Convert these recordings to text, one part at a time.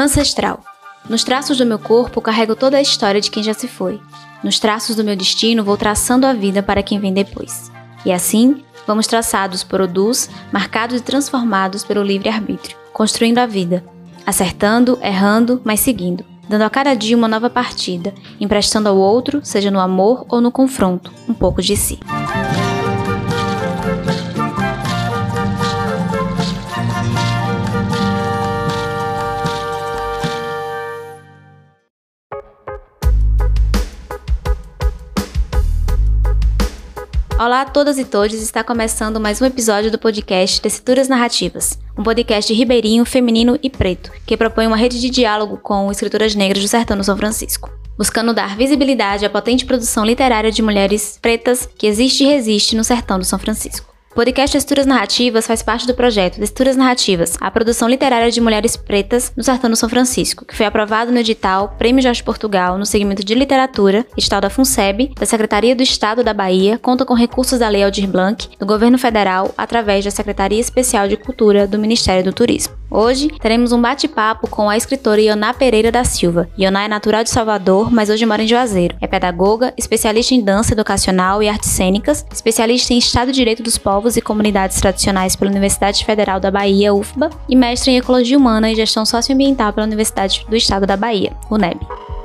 Ancestral. Nos traços do meu corpo carrego toda a história de quem já se foi. Nos traços do meu destino vou traçando a vida para quem vem depois. E assim, vamos traçados por Odus, marcados e transformados pelo livre-arbítrio, construindo a vida. Acertando, errando, mas seguindo. Dando a cada dia uma nova partida, emprestando ao outro, seja no amor ou no confronto, um pouco de si. Olá a todas e todos, está começando mais um episódio do podcast Tessituras Narrativas, um podcast ribeirinho, feminino e preto, que propõe uma rede de diálogo com escritoras negras do Sertão do São Francisco, buscando dar visibilidade à potente produção literária de mulheres pretas que existe e resiste no Sertão do São Francisco. O podcast Texturas Narrativas faz parte do projeto Texturas Narrativas, a produção literária de mulheres pretas no Sertão do São Francisco, que foi aprovado no edital Prêmio Jorge Portugal no segmento de literatura, edital da FUNSEB, da Secretaria do Estado da Bahia, conta com recursos da Lei Aldir Blanc, do Governo Federal, através da Secretaria Especial de Cultura do Ministério do Turismo. Hoje, teremos um bate-papo com a escritora Ioná Pereira da Silva. Ioná é natural de Salvador, mas hoje mora em Juazeiro. É pedagoga, especialista em dança educacional e artes cênicas, especialista em Estado de Direito dos Povos e Comunidades Tradicionais pela Universidade Federal da Bahia, UFBA, e mestre em Ecologia Humana e Gestão Socioambiental pela Universidade do Estado da Bahia, UNEB.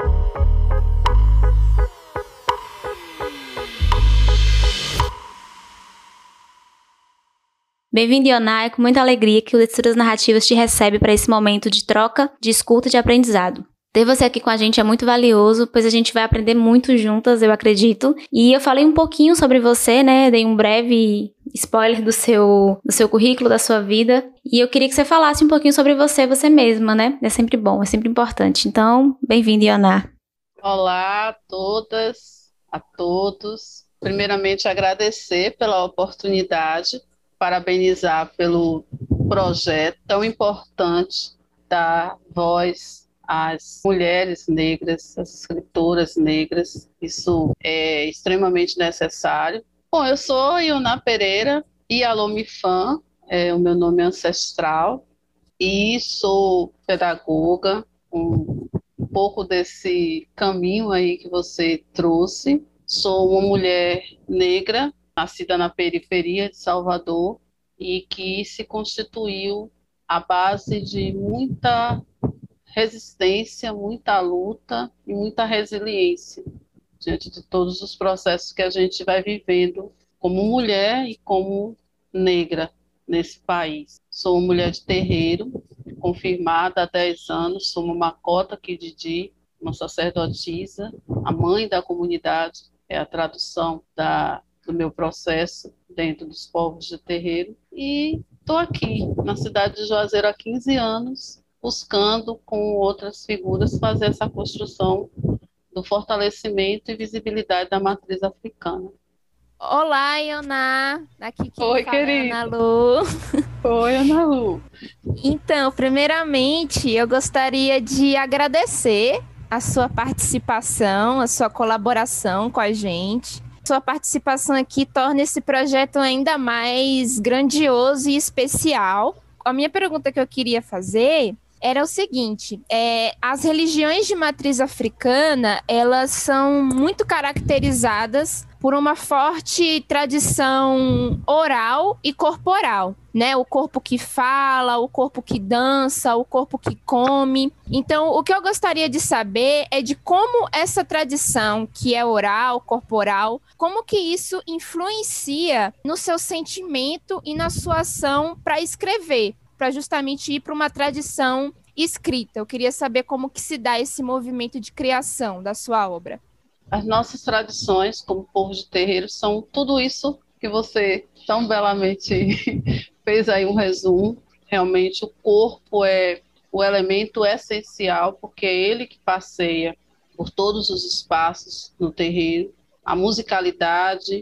Bem-vindo, Ioná, é com muita alegria que o Texturas Narrativas te recebe para esse momento de troca, de escuta e de aprendizado. Ter você aqui com a gente é muito valioso, pois a gente vai aprender muito juntas, eu acredito. E eu falei um pouquinho sobre você, né? Dei um breve spoiler do seu currículo, da sua vida. E eu queria que você falasse um pouquinho sobre você mesma, né? É sempre bom, é sempre importante. Então, bem-vinda, Ioná. Olá a todas, a todos. Primeiramente, agradecer pela oportunidade, parabenizar pelo projeto tão importante da voz às mulheres negras, às escritoras negras. Isso é extremamente necessário. Bom, eu sou Ioná Pereira, Ialomifã, o meu nome é ancestral, e sou pedagoga, um pouco desse caminho aí que você trouxe. Sou uma mulher negra, nascida na periferia de Salvador, e que se constituiu à base de muita resistência, muita luta e muita resiliência diante de todos os processos que a gente vai vivendo como mulher e como negra nesse país. Sou uma mulher de terreiro, confirmada há 10 anos, sou uma Makota Kididi, uma sacerdotisa, a mãe da comunidade, é a tradução do meu processo dentro dos povos de terreiro. E estou aqui na cidade de Juazeiro há 15 anos, buscando com outras figuras fazer essa construção do fortalecimento e visibilidade da matriz africana. Olá, Ioná. Aqui quem Oi, fala é querida. Ana Lu. Oi, Ana Lu. Então, primeiramente, eu gostaria de agradecer a sua participação, a sua colaboração com a gente. Sua participação aqui torna esse projeto ainda mais grandioso e especial. A minha pergunta que eu queria fazer era o seguinte: as religiões de matriz africana, elas são muito caracterizadas por uma forte tradição oral e corporal, né? O corpo que fala, o corpo que dança, o corpo que come. Então, o que eu gostaria de saber é de como essa tradição, que é oral, corporal, como que isso influencia no seu sentimento e na sua ação para escrever, para justamente ir para uma tradição escrita. Eu queria saber como que se dá esse movimento de criação da sua obra. As nossas tradições, como povo de terreiro, são tudo isso que você tão belamente fez aí um resumo. Realmente, o corpo é o elemento essencial, porque é ele que passeia por todos os espaços no terreiro. A musicalidade,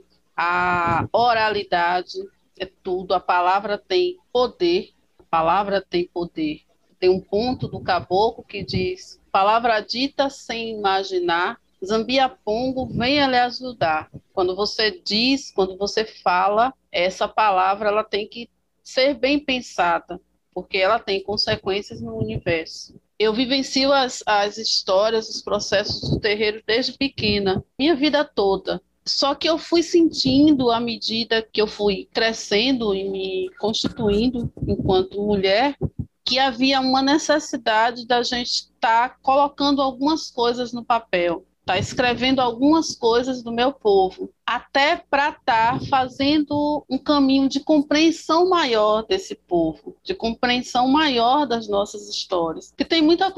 a oralidade, é tudo. A palavra tem poder. A palavra tem poder. Tem um ponto do caboclo que diz: palavra dita sem imaginar, Zambiapongo, venha lhe ajudar. Quando você diz, quando você fala, essa palavra ela tem que ser bem pensada, porque ela tem consequências no universo. Eu vivencio as histórias, os processos do terreiro desde pequena, minha vida toda. Só que eu fui sentindo, à medida que eu fui crescendo e me constituindo enquanto mulher, que havia uma necessidade da gente estar colocando algumas coisas no papel, estar escrevendo algumas coisas do meu povo, até para estar fazendo um caminho de compreensão maior desse povo, de compreensão maior das nossas histórias. Porque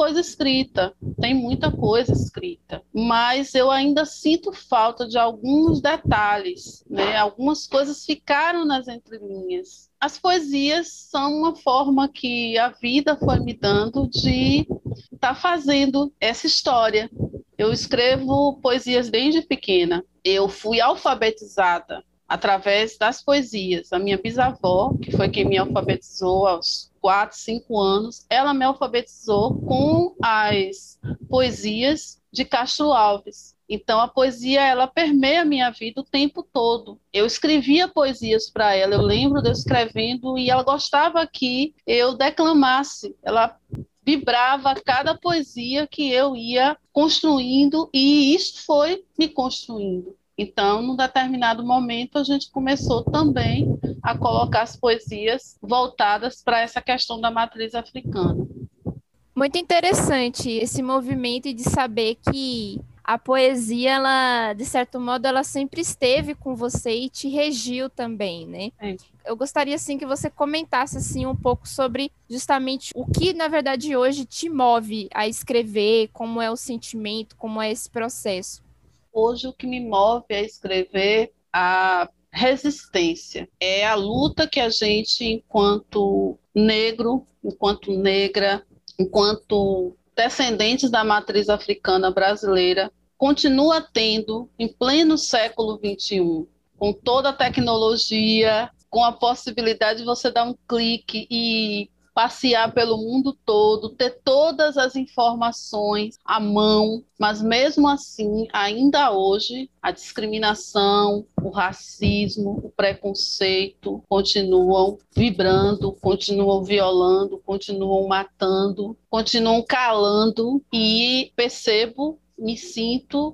tem muita coisa escrita, mas eu ainda sinto falta de alguns detalhes, né? Algumas coisas ficaram nas entrelinhas. As poesias são uma forma que a vida foi me dando de estar fazendo essa história. Eu escrevo poesias desde pequena. Eu fui alfabetizada através das poesias. A minha bisavó, que foi quem me alfabetizou aos 4, 5 anos, ela me alfabetizou com as poesias de Castro Alves. Então, a poesia, ela permeia a minha vida o tempo todo. Eu escrevia poesias para ela, eu lembro de eu escrevendo, e ela gostava que eu declamasse. Ela vibrava cada poesia que eu ia construindo, e isso foi me construindo. Então, num determinado momento, a gente começou também a colocar as poesias voltadas para essa questão da matriz africana. Muito interessante esse movimento de saber que a poesia, ela, de certo modo, ela sempre esteve com você e te regiu também, né? É. Eu gostaria, assim, que você comentasse, assim, um pouco sobre justamente o que, na verdade, hoje te move a escrever, como é o sentimento, como é esse processo. Hoje, o que me move a escrever a resistência. É a luta que a gente, enquanto negro, enquanto negra, enquanto descendentes da matriz africana brasileira, continua tendo em pleno século XXI, com toda a tecnologia, com a possibilidade de você dar um clique e passear pelo mundo todo, ter todas as informações à mão, mas mesmo assim, ainda hoje, a discriminação, o racismo, o preconceito continuam vibrando, continuam violando, continuam matando, continuam calando, e percebo, me sinto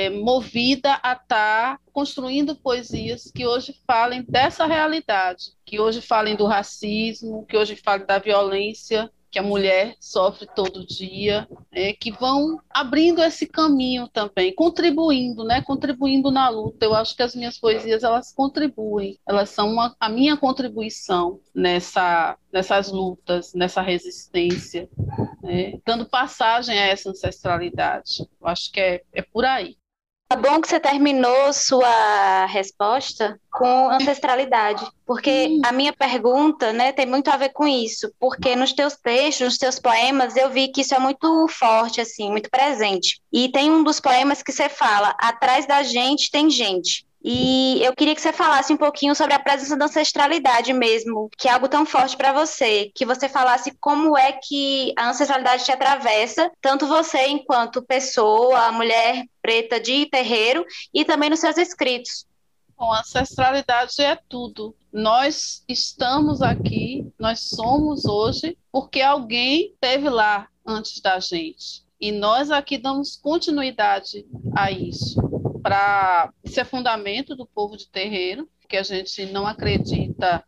movida a estar construindo poesias que hoje falem dessa realidade, que hoje falem do racismo, que hoje falem da violência que a mulher sofre todo dia, que vão abrindo esse caminho também, contribuindo, né? Contribuindo na luta. Eu acho que as minhas poesias, elas contribuem, elas são a minha contribuição nessas lutas, nessa resistência, né? Dando passagem a essa ancestralidade. Eu acho que é por aí. É bom que você terminou sua resposta com ancestralidade, porque a minha pergunta, né, tem muito a ver com isso, porque nos teus textos, nos teus poemas, eu vi que isso é muito forte, assim, muito presente. E tem um dos poemas que você fala, atrás da gente tem gente. E eu queria que você falasse um pouquinho sobre a presença da ancestralidade mesmo, que é algo tão forte para você, que você falasse como é que a ancestralidade te atravessa, tanto você enquanto pessoa, mulher preta de terreiro, e também nos seus escritos. Bom, a ancestralidade é tudo. Nós estamos aqui, nós somos hoje, porque alguém esteve lá antes da gente. E nós aqui damos continuidade a isso. Isso é fundamento do povo de terreiro, porque a gente não acredita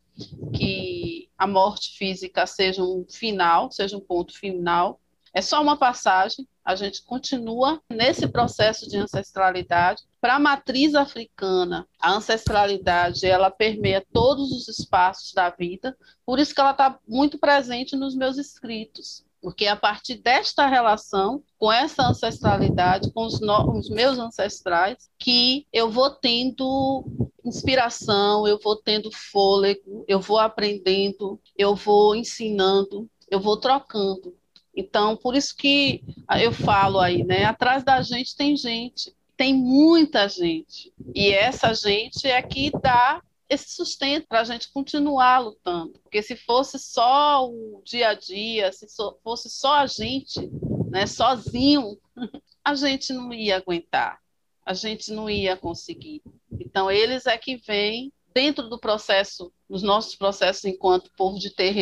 que a morte física seja um final, seja um ponto final. É só uma passagem, a gente continua nesse processo de ancestralidade. Para a matriz africana, a ancestralidade, ela permeia todos os espaços da vida, por isso que ela está muito presente nos meus escritos, porque é a partir desta relação com essa ancestralidade, com os meus ancestrais, que eu vou tendo inspiração, eu vou tendo fôlego, eu vou aprendendo, eu vou ensinando, eu vou trocando. Então, por isso que eu falo aí, né? Atrás da gente, tem muita gente. E essa gente é que dá esse sustento para a gente continuar lutando. Porque se fosse só o dia a dia, se fosse só a gente, né, sozinho, a gente não ia aguentar, a gente não ia conseguir. Então, eles é que vêm dentro do processo, dos nossos processos enquanto povo de terreiro,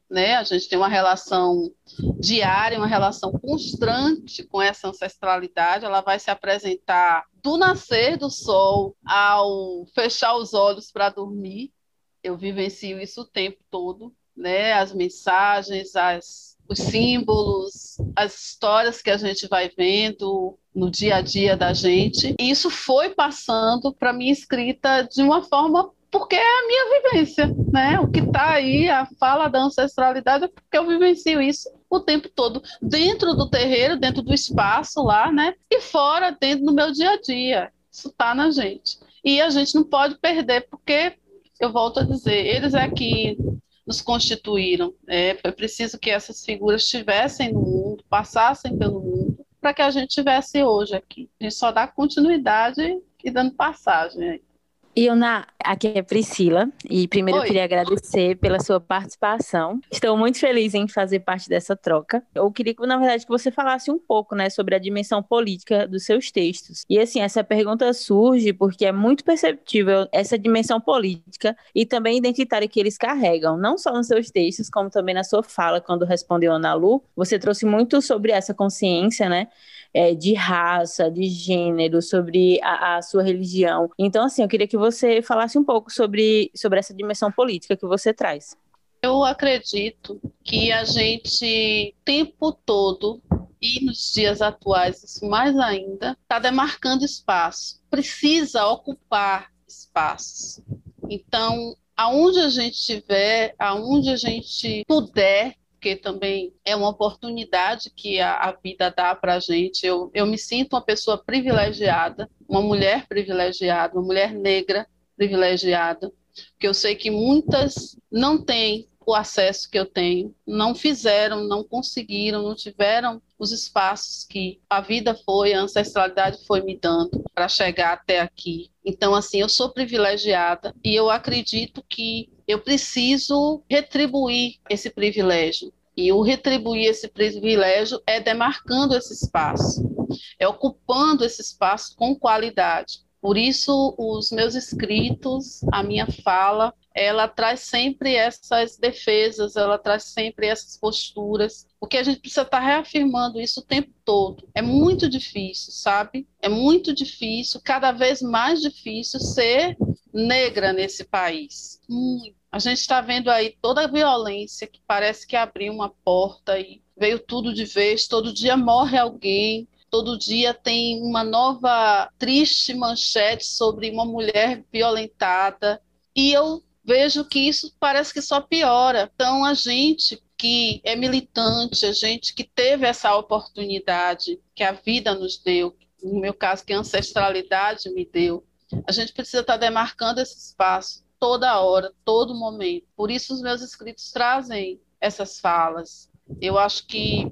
né? A gente tem uma relação diária, uma relação constante com essa ancestralidade. Ela vai se apresentar do nascer do sol ao fechar os olhos para dormir. Eu vivencio isso o tempo todo, né? As mensagens, os símbolos, as histórias que a gente vai vendo no dia a dia da gente. E isso foi passando para a minha escrita de uma forma, porque é a minha vivência, né? O que está aí, a fala da ancestralidade, é porque eu vivencio isso o tempo todo, dentro do terreiro, dentro do espaço lá, né? E fora, dentro do meu dia a dia. Isso está na gente. E a gente não pode perder, porque, eu volto a dizer, eles é que nos constituíram. Foi preciso que essas figuras estivessem no mundo, passassem pelo mundo, para que a gente estivesse hoje aqui. A gente só dá continuidade e dando passagem aí. Ilna, aqui é Priscila, e primeiro eu Oi. queria agradecer pela sua participação. Estou muito feliz em fazer parte dessa troca. Eu queria, na verdade, que você falasse um pouco, né, sobre a dimensão política dos seus textos. E, assim, essa pergunta surge porque é muito perceptível essa dimensão política e também identitária que eles carregam, não só nos seus textos, como também na sua fala, quando respondeu a Ana Lu. Você trouxe muito sobre essa consciência, né, de raça, de gênero, sobre a sua religião. Então, assim, eu queria que você falasse um pouco sobre essa dimensão política que você traz. Eu acredito que a gente, o tempo todo, e nos dias atuais, isso mais ainda, está demarcando espaço. Precisa ocupar espaços. Então, aonde a gente estiver, aonde a gente puder, porque também é uma oportunidade que a vida dá para a gente. Eu me sinto uma pessoa privilegiada, uma mulher privilegiada, uma mulher negra privilegiada, porque eu sei que muitas não têm o acesso que eu tenho, não fizeram, não conseguiram, não tiveram os espaços que a vida foi, a ancestralidade foi me dando para chegar até aqui. Então, assim, eu sou privilegiada e eu acredito que eu preciso retribuir esse privilégio. E o retribuir esse privilégio é demarcando esse espaço, é ocupando esse espaço com qualidade. Por isso, os meus escritos, a minha fala, ela traz sempre essas defesas, ela traz sempre essas posturas, porque a gente precisa estar reafirmando isso o tempo todo. É muito difícil, sabe? É muito difícil, cada vez mais difícil ser negra nesse país. Muito. A gente está vendo aí toda a violência que parece que abriu uma porta e veio tudo de vez, todo dia morre alguém. Todo dia tem uma nova triste manchete sobre uma mulher violentada. E eu vejo que isso parece que só piora. Então, a gente que é militante, a gente que teve essa oportunidade que a vida nos deu, no meu caso, que a ancestralidade me deu, a gente precisa estar demarcando esse espaço toda hora, todo momento. Por isso, os meus escritos trazem essas falas. Eu acho que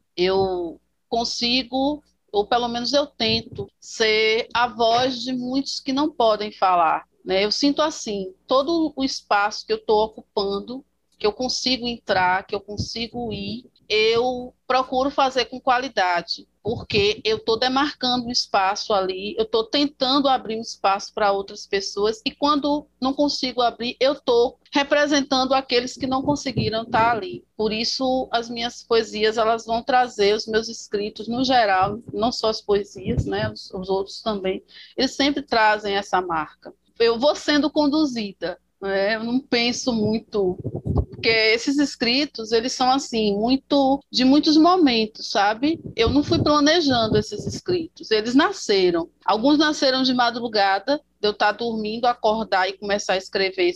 eu consigo, ou pelo menos eu tento, ser a voz de muitos que não podem falar, né? Eu sinto assim, todo o espaço que eu estou ocupando, que eu consigo entrar, que eu consigo ir, eu procuro fazer com qualidade, porque eu estou demarcando um espaço ali, eu estou tentando abrir um espaço para outras pessoas, e quando não consigo abrir, eu estou representando aqueles que não conseguiram estar ali. Por isso, as minhas poesias, elas vão trazer, os meus escritos, no geral, não só as poesias, né, os outros também, eles sempre trazem essa marca. Eu vou sendo conduzida, né? Eu não penso muito, porque esses escritos, eles são assim, de muitos momentos, sabe? Eu não fui planejando esses escritos, eles nasceram. Alguns nasceram de madrugada, de eu estar dormindo, acordar e começar a escrever,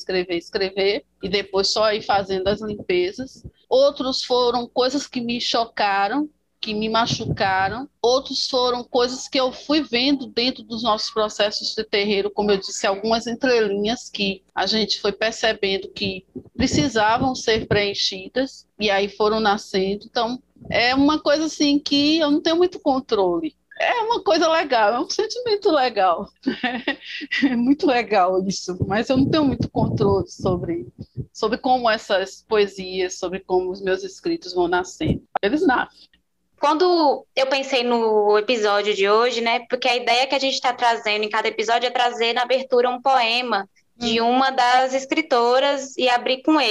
e depois só ir fazendo as limpezas. Outros foram coisas que me chocaram, que me machucaram. Outros foram coisas que eu fui vendo dentro dos nossos processos de terreiro, como eu disse, algumas entrelinhas que a gente foi percebendo que precisavam ser preenchidas, e aí foram nascendo. Então, é uma coisa assim que eu não tenho muito controle. É uma coisa legal, é um sentimento legal. É muito legal isso, mas eu não tenho muito controle sobre como essas poesias, sobre como os meus escritos vão nascendo. Eles nascem. Quando eu pensei no episódio de hoje, né, porque a ideia que a gente está trazendo em cada episódio é trazer na abertura um poema de uma das escritoras e abrir com ele.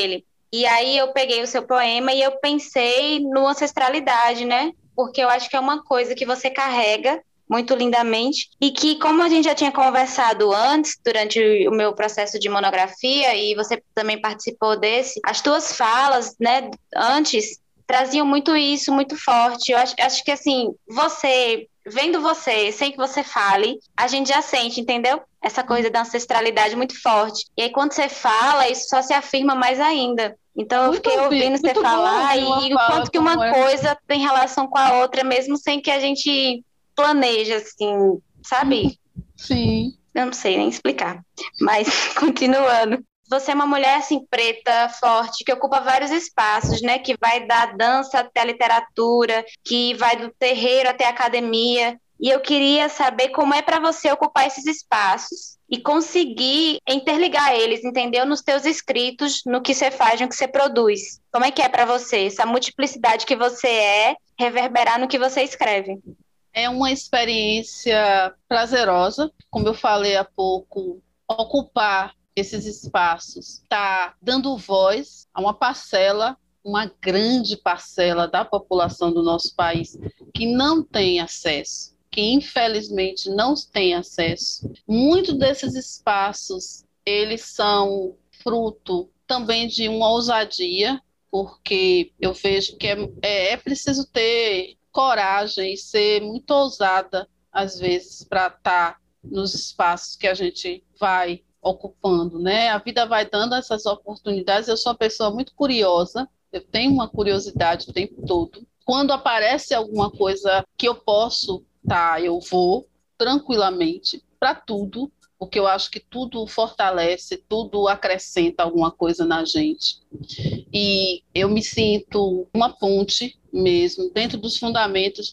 E aí eu peguei o seu poema e eu pensei no ancestralidade, né? Porque eu acho que é uma coisa que você carrega muito lindamente e que, como a gente já tinha conversado antes, durante o meu processo de monografia, e você também participou desse, as tuas falas, né, antes, traziam muito isso, muito forte. Eu acho que, assim, você, vendo você, sem que você fale, a gente já sente, entendeu? Essa coisa da ancestralidade muito forte. E aí, quando você fala, isso só se afirma mais ainda. Então, eu fiquei ouvindo você Muito bom falar ouvir uma e o fala quanto que como uma essa. coisa tem relação com a outra, mesmo sem que a gente planeja, assim, sabe? Sim. Eu não sei nem explicar. Mas, continuando. Você é uma mulher, assim, preta, forte, que ocupa vários espaços, né? Que vai da dança até a literatura, que vai do terreiro até a academia. E eu queria saber como é para você ocupar esses espaços e conseguir interligar eles, entendeu? Nos teus escritos, no que você faz, no que você produz. Como é que é para você, essa multiplicidade que você reverberar no que você escreve? É uma experiência prazerosa, como eu falei há pouco, ocupar esses espaços, está dando voz a uma parcela, uma grande parcela da população do nosso país que não tem acesso, que infelizmente não tem acesso. Muitos desses espaços, eles são fruto também de uma ousadia, porque eu vejo que é preciso ter coragem e ser muito ousada, às vezes, para estar nos espaços que a gente vai ocupando, né? A vida vai dando essas oportunidades. Eu sou uma pessoa muito curiosa, eu tenho uma curiosidade o tempo todo. Quando aparece alguma coisa que eu posso, tá, eu vou tranquilamente para tudo, porque eu acho que tudo fortalece, tudo acrescenta alguma coisa na gente. E eu me sinto uma ponte mesmo, dentro dos fundamentos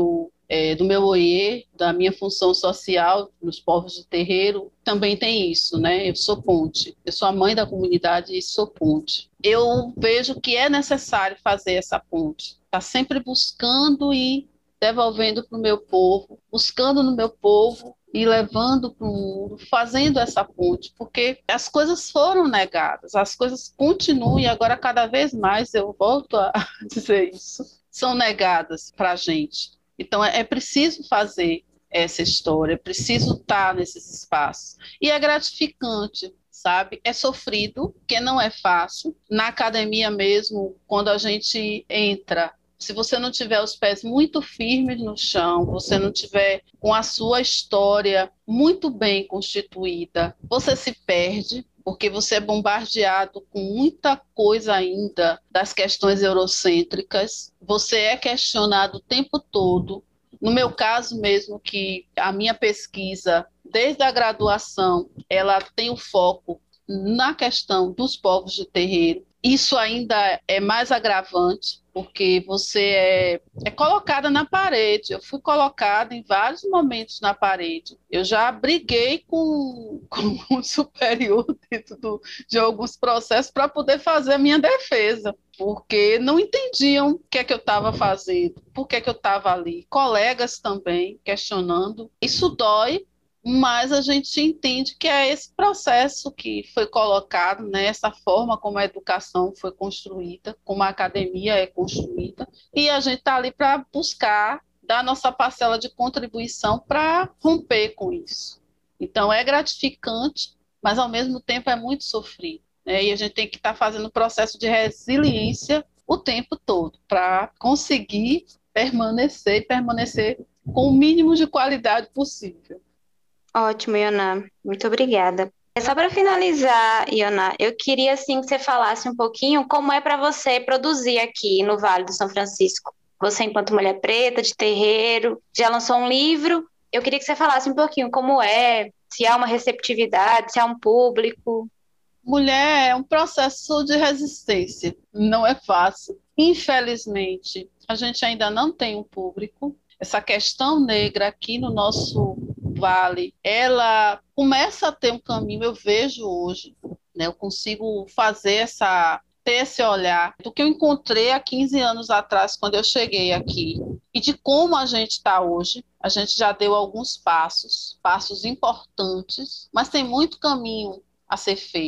do meu OIE, da minha função social nos povos de terreiro, também tem isso, né? Eu sou ponte, eu sou a mãe da comunidade e sou ponte. Eu vejo que é necessário fazer essa ponte, tá sempre buscando e devolvendo para o meu povo, buscando no meu povo e levando para o mundo, fazendo essa ponte, porque as coisas foram negadas, as coisas continuam e agora cada vez mais, eu volto a dizer isso, são negadas para a gente. Então é preciso fazer essa história, é preciso estar nesses espaços. E é gratificante, sabe? É sofrido, porque não é fácil. Na academia mesmo, quando a gente entra, se você não tiver os pés muito firmes no chão, você não tiver com a sua história muito bem constituída, você se perde, porque você é bombardeado com muita coisa ainda das questões eurocêntricas, você é questionado o tempo todo. No meu caso mesmo, que a minha pesquisa, desde a graduação, ela tem o foco na questão dos povos de terreiro. Isso ainda é mais agravante, porque você é colocada na parede. Eu fui colocada em vários momentos na parede. Eu já briguei com um superior dentro de alguns processos para poder fazer a minha defesa, porque não entendiam o que é que eu estava fazendo, por que é que eu estava ali. Colegas também questionando. Isso dói, mas a gente entende que é esse processo que foi colocado, né, essa forma como a educação foi construída, como a academia é construída, e a gente está ali para buscar dar nossa parcela de contribuição para romper com isso. Então é gratificante, mas ao mesmo tempo é muito sofrido, né? E a gente tem que estar fazendo o processo de resiliência o tempo todo para conseguir permanecer com o mínimo de qualidade possível. Ótimo, Ioná. Muito obrigada. Só para finalizar, Ioná, eu queria assim que você falasse um pouquinho como é para você produzir aqui no Vale do São Francisco. Você, enquanto mulher preta, de terreiro, já lançou um livro. Eu queria que você falasse um pouquinho como é, se há uma receptividade, se há um público. Mulher é um processo de resistência, não é fácil. Infelizmente, a gente ainda não tem um público. Essa questão negra aqui no nosso vale, ela começa a ter um caminho, eu vejo hoje, né? Eu consigo ter esse olhar do que eu encontrei há 15 anos atrás, quando eu cheguei aqui, e de como a gente está hoje. A gente já deu alguns passos importantes, mas tem muito caminho a ser feito.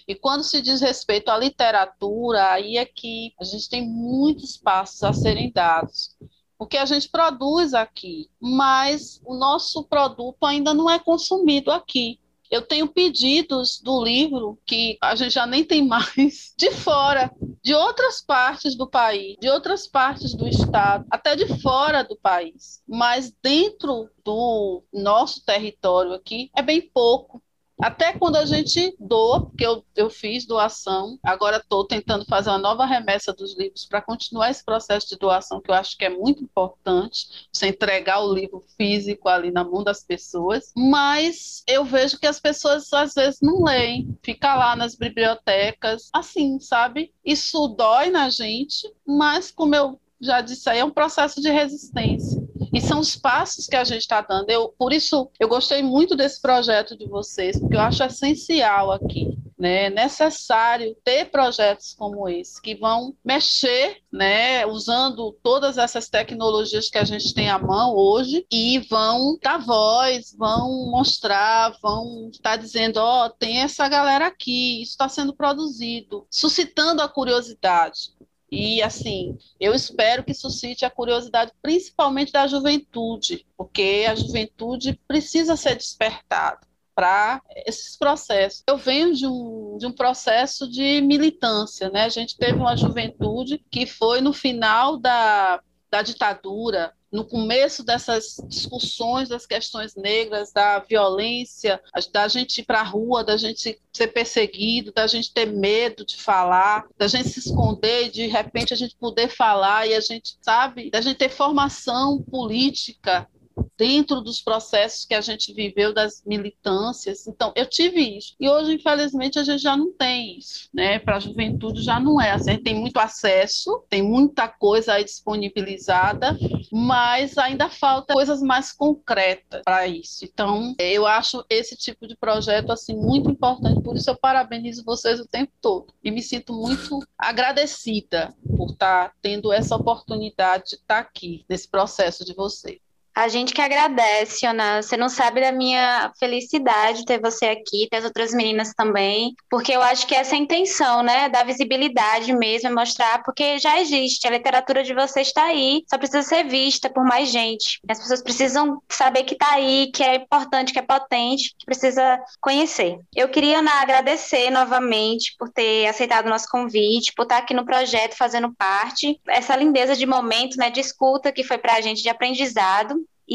E quando se diz respeito à literatura, aí é que a gente tem muitos passos a serem dados. Porque a gente produz aqui, mas o nosso produto ainda não é consumido aqui. Eu tenho pedidos do livro que a gente já nem tem mais de fora, de outras partes do país, de outras partes do estado, até de fora do país. Mas dentro do nosso território aqui é bem pouco. Até quando a gente doa, porque eu fiz doação, agora estou tentando fazer uma nova remessa dos livros para continuar esse processo de doação, que eu acho que é muito importante, você entregar o livro físico ali na mão das pessoas, mas eu vejo que as pessoas às vezes não leem, fica lá nas bibliotecas, assim, sabe? Isso dói na gente, mas como eu já disse aí, é um processo de resistência. E são os passos que a gente está dando. Por isso, eu gostei muito desse projeto de vocês, porque eu acho essencial aqui, né? É necessário ter projetos como esse, que vão mexer, né? Usando todas essas tecnologias que a gente tem à mão hoje, e vão dar voz, vão mostrar, vão estar dizendo, ó, tem essa galera aqui, isso está sendo produzido, suscitando a curiosidade. E, assim, eu espero que suscite a curiosidade principalmente da juventude, porque a juventude precisa ser despertada para esses processos. Eu venho de um processo de militância, né? A gente teve uma juventude que foi no final da ditadura, no começo dessas discussões das questões negras, da violência, da gente ir para a rua, da gente ser perseguido, da gente ter medo de falar, da gente se esconder e de repente a gente poder falar, e a gente, sabe, da gente ter formação política dentro dos processos que a gente viveu, das militâncias. Então, eu tive isso. E hoje, infelizmente, a gente já não tem isso, né? Para a juventude já não é. Assim, a gente tem muito acesso, tem muita coisa aí disponibilizada, mas ainda falta coisas mais concretas para isso. Então, eu acho esse tipo de projeto assim muito importante, por isso eu parabenizo vocês o tempo todo. E me sinto muito agradecida por estar tendo essa oportunidade de estar aqui, nesse processo de vocês. A gente que agradece, Ana. Você não sabe da minha felicidade ter você aqui, ter as outras meninas também, porque eu acho que essa é a intenção, né? Dar visibilidade mesmo, mostrar, porque já existe, a literatura de vocês está aí, só precisa ser vista por mais gente. As pessoas precisam saber que está aí, que é importante, que é potente, que precisa conhecer. Eu queria, Ana, agradecer novamente por ter aceitado o nosso convite, por estar aqui no projeto fazendo parte, essa lindeza de momento, né, de escuta que foi para a gente, de aprendizado.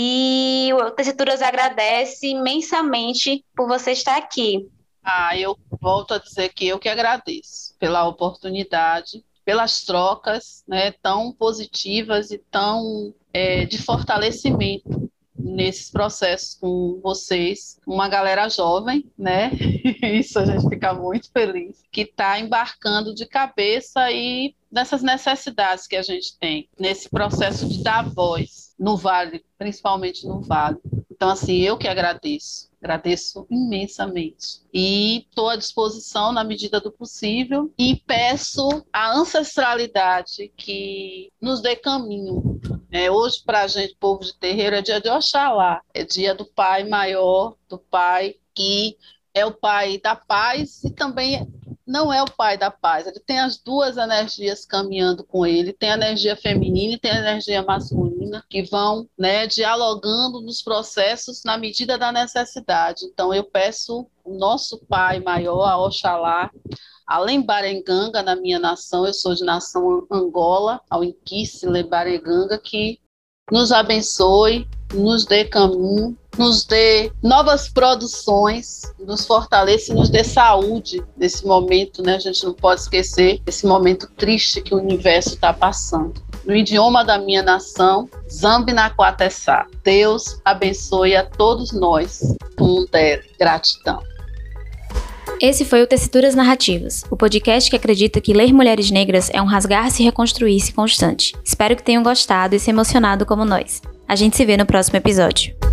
E o Tessituras agradece imensamente por você estar aqui. Eu volto a dizer que eu que agradeço pela oportunidade, pelas trocas, né, tão positivas e tão de fortalecimento nesses processos com vocês, uma galera jovem, né? Isso a gente fica muito feliz, que está embarcando de cabeça e nessas necessidades que a gente tem, nesse processo de dar voz no Vale, principalmente no Vale. Então, assim, eu que agradeço imensamente. E estou à disposição na medida do possível e peço a ancestralidade que nos dê caminho. Hoje, para a gente, povo de terreiro, é dia de Oxalá, é dia do Pai Maior, do Pai que é o Pai da paz e também não é o Pai da paz. Ele tem as duas energias caminhando com ele, tem a energia feminina e tem a energia masculina, que vão, né, dialogando nos processos na medida da necessidade. Então, eu peço o nosso Pai Maior, a Oxalá, a Lembarenganga, na minha nação, eu sou de nação Angola, ao Inquice Lembarenganga, que nos abençoe, nos dê caminho, nos dê novas produções, nos fortaleça e nos dê saúde nesse momento, né? A gente não pode esquecer esse momento triste que o universo está passando. No idioma da minha nação, Zambi Naquatessá. Deus abençoe a todos nós. Gratidão. Esse foi o Tessituras Narrativas, o podcast que acredita que ler mulheres negras é um rasgar-se e reconstruir-se constante. Espero que tenham gostado e se emocionado como nós. A gente se vê no próximo episódio.